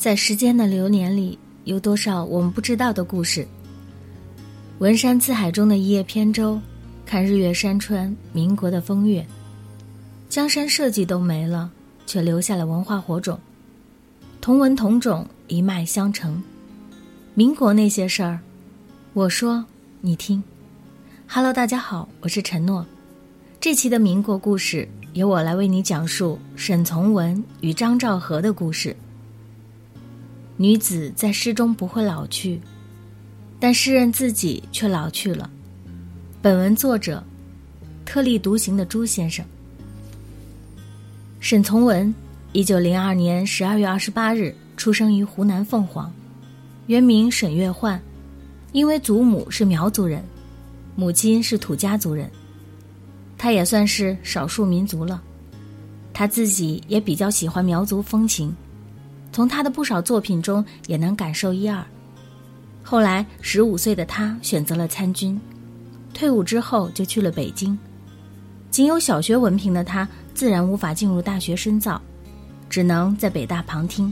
在时间的流年里，有多少我们不知道的故事？文山四海中的一叶扁舟，看日月山川，民国的风月。江山社稷都没了，却留下了文化火种。同文同种，一脉相承。民国那些事儿，我说你听。Hello， 大家好，我是陈诺。这期的民国故事由我来为你讲述沈从文与张兆和的故事。女子在诗中不会老去，但诗人自己却老去了。本文作者特立独行的朱先生。沈从文1902年12月28日出生于湖南凤凰，原名沈月焕，因为祖母是苗族人，母亲是土家族人，他也算是少数民族了。他自己也比较喜欢苗族风情，从他的不少作品中也能感受一二。后来15岁的他选择了参军，退伍之后就去了北京。仅有小学文凭的他自然无法进入大学深造，只能在北大旁听。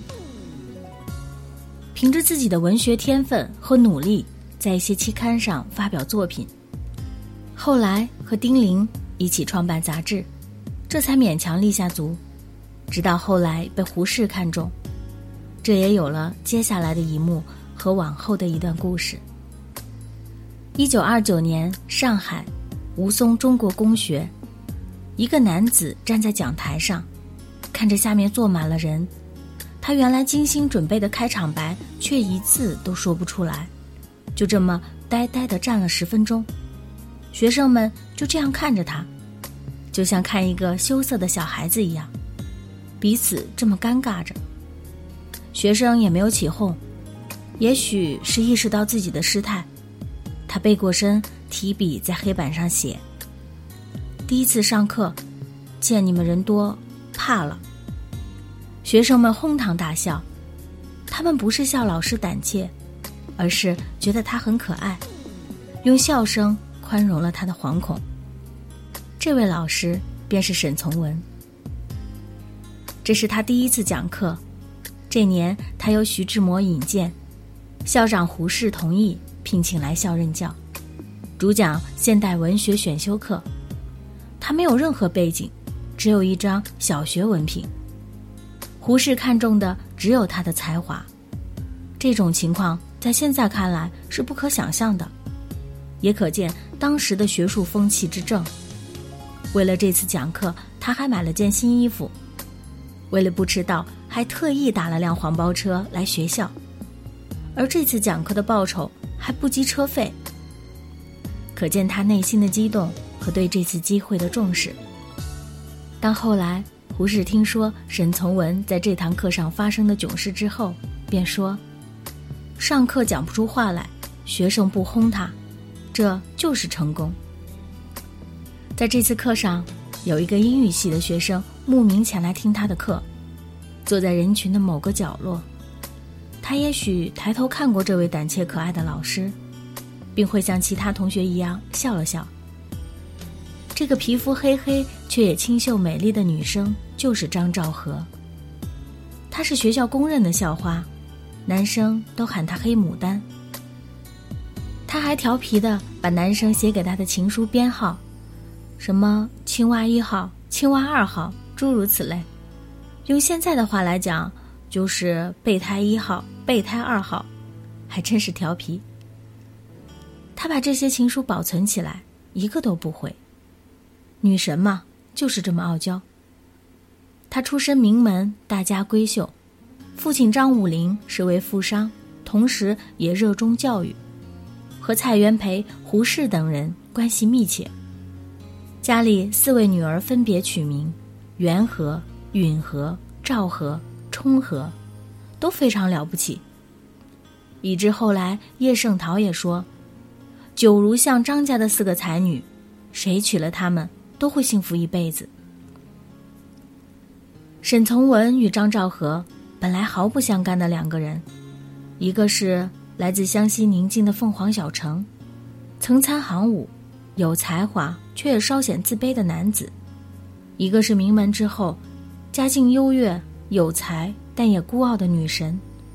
凭着自己的文学天分和努力，在一些期刊上发表作品。后来和丁玲一起创办杂志，这才勉强立下足，直到后来被胡适看中，这也有了接下来的一幕和往后的一段故事。1929年，上海吴淞中国公学，一个男子站在讲台上，看着下面坐满了人，他原来精心准备的开场白却一字都说不出来，就这么呆呆地站了10分钟。学生们就这样看着他，就像看一个羞涩的小孩子一样，彼此这么尴尬着。学生也没有起哄，也许是意识到自己的失态，他背过身，提笔在黑板上写：第一次上课，见你们人多，怕了。学生们哄堂大笑，他们不是笑老师胆怯，而是觉得他很可爱，用笑声宽容了他的惶恐。这位老师便是沈从文。这是他第一次讲课，这年他由徐志摩引荐，校长胡适同意聘请来校任教，主讲现代文学选修课。他没有任何背景，只有一张小学文凭。胡适看中的只有他的才华，这种情况在现在看来是不可想象的，也可见当时的学术风气之正。为了这次讲课，他还买了件新衣服，为了不迟到，还特意打了辆黄包车来学校，而这次讲课的报酬还不及车费，可见他内心的激动和对这次机会的重视。当后来胡适听说沈从文在这堂课上发生的囧事之后，便说：上课讲不出话来，学生不轰他，这就是成功。在这次课上，有一个英语系的学生慕名前来听他的课，坐在人群的某个角落。他也许抬头看过这位胆怯可爱的老师，并会像其他同学一样笑了笑。这个皮肤黑黑却也清秀美丽的女生就是张兆和。她是学校公认的校花，男生都喊她黑牡丹。她还调皮地把男生写给她的情书编号，什么青蛙1号、青蛙2号，诸如此类。用现在的话来讲，就是备胎1号、备胎2号，还真是调皮。她把这些情书保存起来，一个都不回。女神嘛，就是这么傲娇。她出身名门，大家闺秀，父亲张武龄是位富商，同时也热衷教育，和蔡元培、胡适等人关系密切。家里4位女儿分别取名元和、允和、赵和、充和，都非常了不起，以致后来叶圣陶也说，九如像张家的4个才女，谁娶了她们都会幸福一辈子。沈从文与张兆和本来毫不相干的2个人，一个是来自湘西宁静的凤凰小城，曾参行伍，有才华却也稍显自卑的男子，一个是名门之后，家境优越有才但也孤傲的女神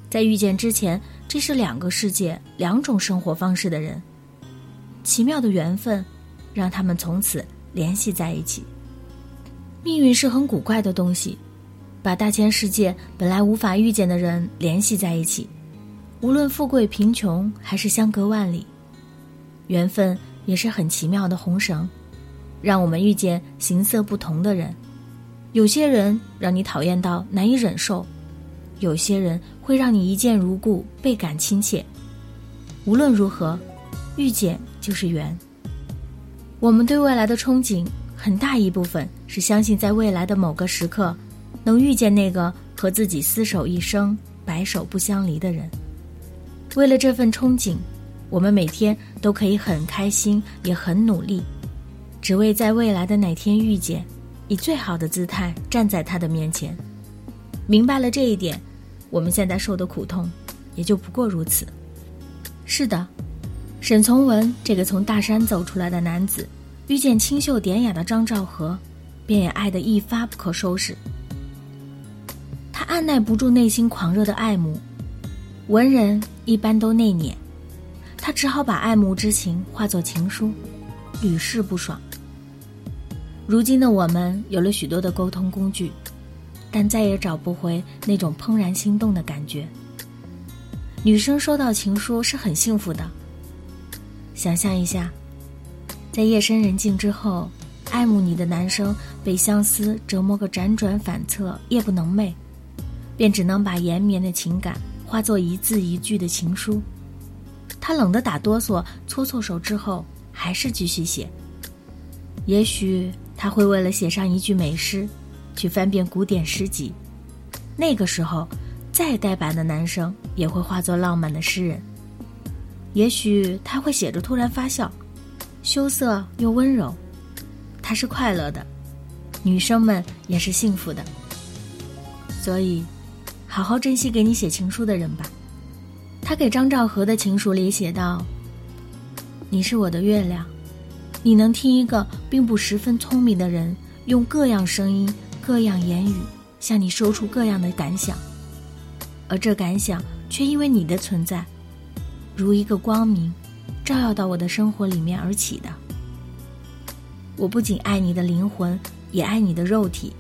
在遇见之前，这是2个世界、2种生活方式的人。奇妙的缘分让他们从此联系在一起。命运是很古怪的东西，把大千世界本来无法遇见的人联系在一起，无论富贵贫穷还是相隔万里。缘分也是很奇妙的红绳，让我们遇见形色不同的人。有些人让你讨厌到难以忍受，有些人会让你一见如故，倍感亲切。无论如何，遇见就是缘。我们对未来的憧憬，很大一部分是相信在未来的某个时刻，能遇见那个和自己厮守一生、白首不相离的人。为了这份憧憬，我们每天都可以很开心，也很努力，只为在未来的哪天遇见，以最好的姿态站在他的面前。明白了这一点，我们现在受的苦痛也就不过如此。是的，沈从文这个从大山走出来的男子，遇见清秀典雅的张兆和，便也爱得一发不可收拾。他按耐不住内心狂热的爱慕，文人一般都内敛，他只好把爱慕之情化作情书，屡试不爽。如今的我们有了许多的沟通工具，但再也找不回那种怦然心动的感觉。女生收到情书是很幸福的，想象一下，在夜深人静之后，爱慕你的男生被相思折磨个辗转反侧，夜不能寐，便只能把延绵的情感化作一字一句的情书。他冷得打哆嗦，搓搓手之后还是继续写。也许他会为了写上一句美诗，去翻遍古典诗集，那个时候再呆板的男生也会化作浪漫的诗人。也许他会写着突然发笑，羞涩又温柔，他是快乐的，女生们也是幸福的。所以好好珍惜给你写情书的人吧。他给张兆和的情书里写道：你是我的月亮，你能听一个并不十分聪明的人用各样声音、各样言语向你说出各样的感想，而这感想却因为你的存在，如一个光明，照耀到我的生活里面而起的。我不仅爱你的灵魂，也爱你的肉体。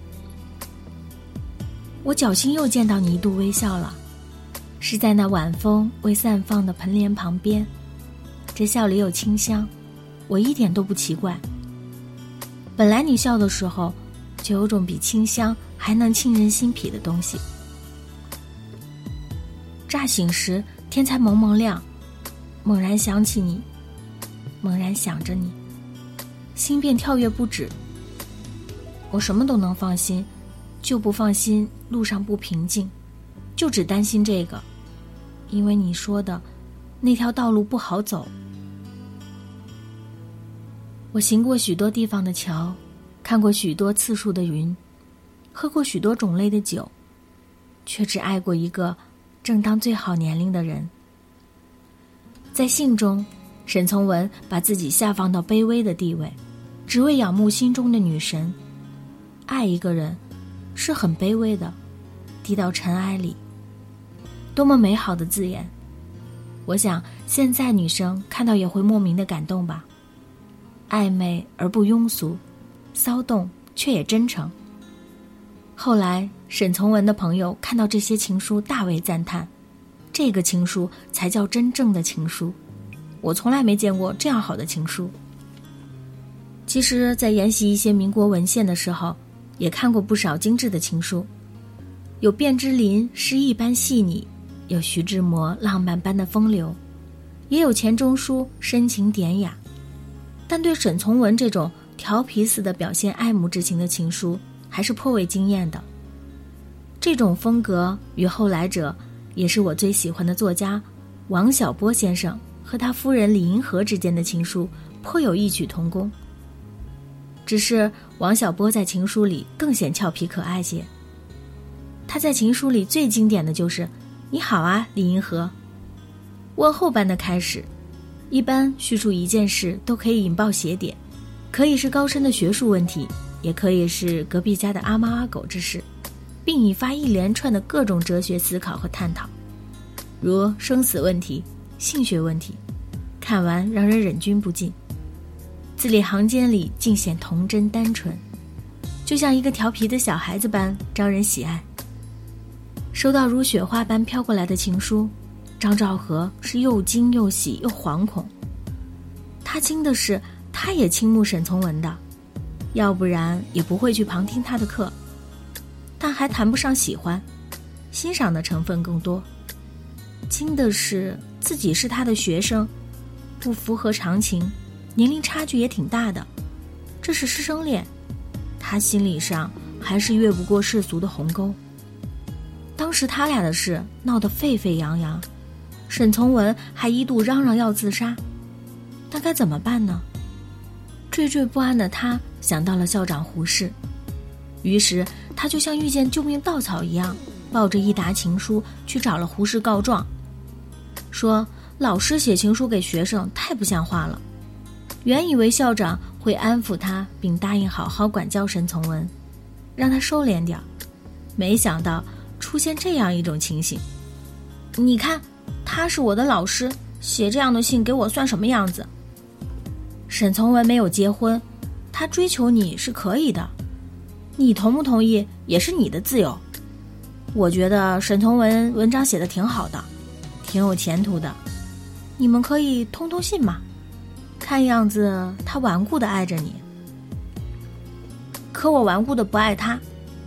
我侥幸又见到你一度微笑了，是在那晚风未散放的盆莲旁边，这笑里有清香，我一点都不奇怪。本来你笑的时候，就有种比清香还能沁人心脾的东西。乍醒时天才蒙蒙亮，猛然想起你，猛然想着你，心便跳跃不止。我什么都能放心，就不放心路上不平静，就只担心这个，因为你说的那条道路不好走。我行过许多地方的桥，看过许多次数的云，喝过许多种类的酒，却只爱过一个正当最好年龄的人。在信中，沈从文把自己下放到卑微的地位，只为仰慕心中的女神。爱一个人是很卑微的，低到尘埃里，多么美好的字眼。我想现在女生看到也会莫名的感动吧。暧昧而不庸俗，骚动却也真诚。后来沈从文的朋友看到这些情书大为赞叹，这个情书才叫真正的情书，我从来没见过这样好的情书。其实在研习一些民国文献的时候，也看过不少精致的情书，有卞之琳诗意般细腻，有徐志摩浪漫般的风流，也有钱钟书深情典雅。但对沈从文这种调皮似的表现爱慕之情的情书，还是颇为惊艳的。这种风格与后来者，也是我最喜欢的作家王小波先生和他夫人李银河之间的情书颇有异曲同工。只是王小波在情书里更显俏皮可爱些。他在情书里最经典的就是你好啊，李银河，问候般的开始。一般叙述一件事都可以引爆写点，可以是高深的学术问题，也可以是隔壁家的阿猫阿狗之事，并引发一连串的各种哲学思考和探讨。 如生死问题、性学问题，看完让人忍俊不禁。字里行间里尽显童真单纯，就像一个调皮的小孩子般招人喜爱。收到如雪花般飘过来的情书，张兆和是又惊又喜又惶恐。他惊的是他也倾慕沈从文的，要不然也不会去旁听他的课，但还谈不上喜欢，欣赏的成分更多。惊的是自己是他的学生，不符合常情，年龄差距也挺大的，这是师生恋，他心理上还是越不过世俗的鸿沟。当时他俩的事闹得沸沸扬扬，沈从文还一度嚷嚷要自杀，但该怎么办呢？惴惴不安的他想到了校长胡适，于是他就像遇见救命稻草一样，抱着一沓情书去找了胡适告状，说老师写情书给学生太不像话了。原以为校长会安抚他，并答应好好管教沈从文，让他收敛点，没想到出现这样一种情形。你看，他是我的老师，写这样的信给我算什么样子？沈从文没有结婚，他追求你是可以的，你同不同意也是你的自由。我觉得沈从文文章写得挺好的，挺有前途的，你们可以通通信嘛。看样子他顽固地爱着你，可我顽固地不爱他。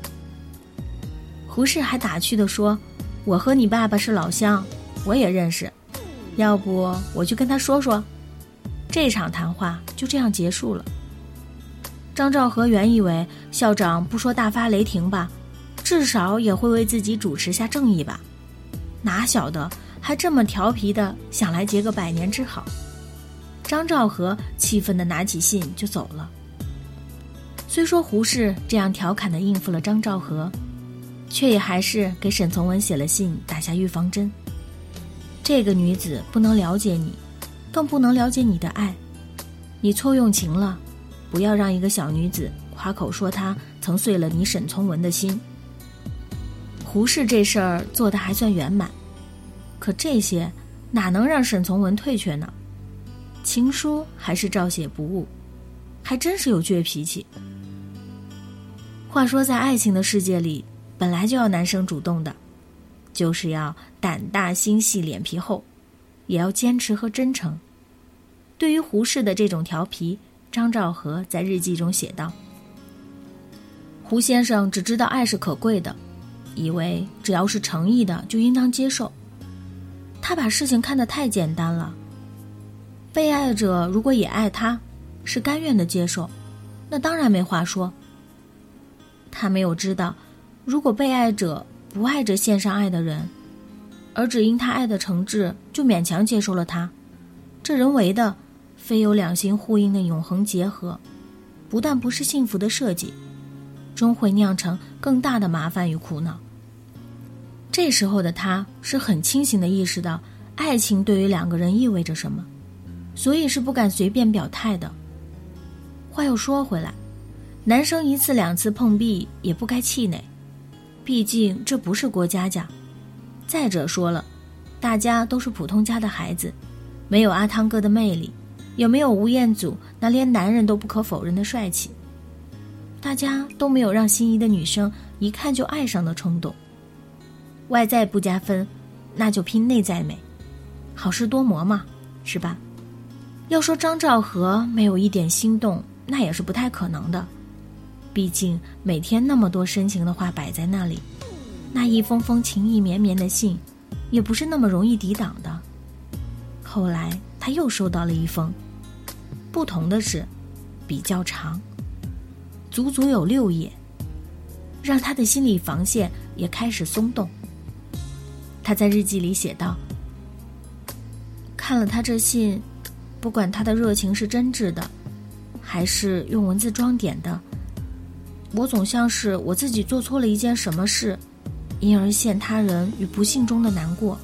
胡适还打趣地说，我和你爸爸是老乡，我也认识，要不我去跟他说说。这场谈话就这样结束了。张兆和原以为校长不说大发雷霆吧，至少也会为自己主持下正义吧，哪晓得还这么调皮的想来结个百年之好。张兆和气愤地拿起信就走了。虽说胡适这样调侃地应付了张兆和，却也还是给沈从文写了信，打下预防针。这个女子不能了解你，更不能了解你的爱，你错用情了，不要让一个小女子夸口说她曾碎了你沈从文的心。胡适这事儿做得还算圆满，可这些哪能让沈从文退却呢？情书还是照写不误，还真是有倔脾气。话说在爱情的世界里，本来就要男生主动的，就是要胆大心细脸皮厚，也要坚持和真诚。对于胡适的这种调皮，张兆和在日记中写道，胡先生只知道爱是可贵的，以为只要是诚意的就应当接受，他把事情看得太简单了。被爱者如果也爱他，是甘愿的接受，那当然没话说。他没有知道，如果被爱者不爱着献上爱的人，而只因他爱的诚挚就勉强接受了他，这人为的非有两心互应的永恒结合，不但不是幸福的设计，终会酿成更大的麻烦与苦恼。这时候的他是很清醒地意识到爱情对于两个人意味着什么，所以是不敢随便表态的。话又说回来，男生一次两次碰壁也不该气馁，毕竟这不是过家家。再者说了，大家都是普通家的孩子，没有阿汤哥的魅力，也没有吴彦祖那连男人都不可否认的帅气，大家都没有让心仪的女生一看就爱上的冲动。外在不加分，那就拼内在美，好事多磨嘛，是吧？要说张兆和没有一点心动，那也是不太可能的，毕竟每天那么多深情的话摆在那里，那一封封情意绵绵的信也不是那么容易抵挡的。后来他又收到了一封，不同的是比较长，足足有6页，让他的心理防线也开始松动。他在日记里写道，看了他这信，不管他的热情是真挚的还是用文字装点的，我总像是我自己做错了一件什么事，因而陷他人于不幸中的难过。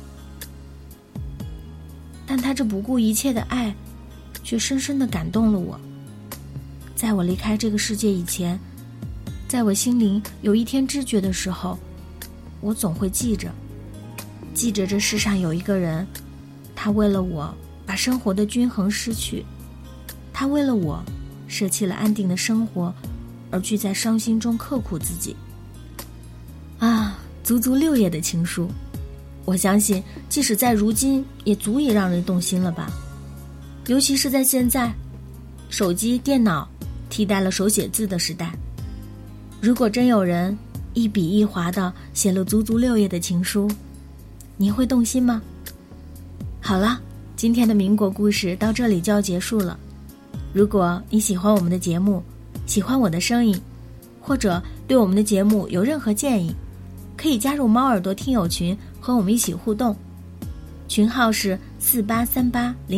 但他这不顾一切的爱却深深地感动了我。在我离开这个世界以前，在我心灵有一天知觉的时候，我总会记记着这世上有一个人，他为了我把生活的均衡失去，他为了我舍弃了安定的生活，而去在伤心中刻苦自己。啊，足足6页的情书，我相信即使在如今也足以让人动心了吧。尤其是在现在手机电脑替代了手写字的时代，如果真有人一笔一划地写了足足6页的情书，你会动心吗？好了，今天的民国故事到这里就要结束了。如果你喜欢我们的节目，喜欢我的声音，或者对我们的节目有任何建议，可以加入猫耳朵听友群和我们一起互动，群号是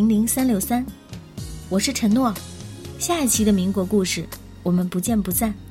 4838000363。我是陈诺，下一期的民国故事我们不见不散。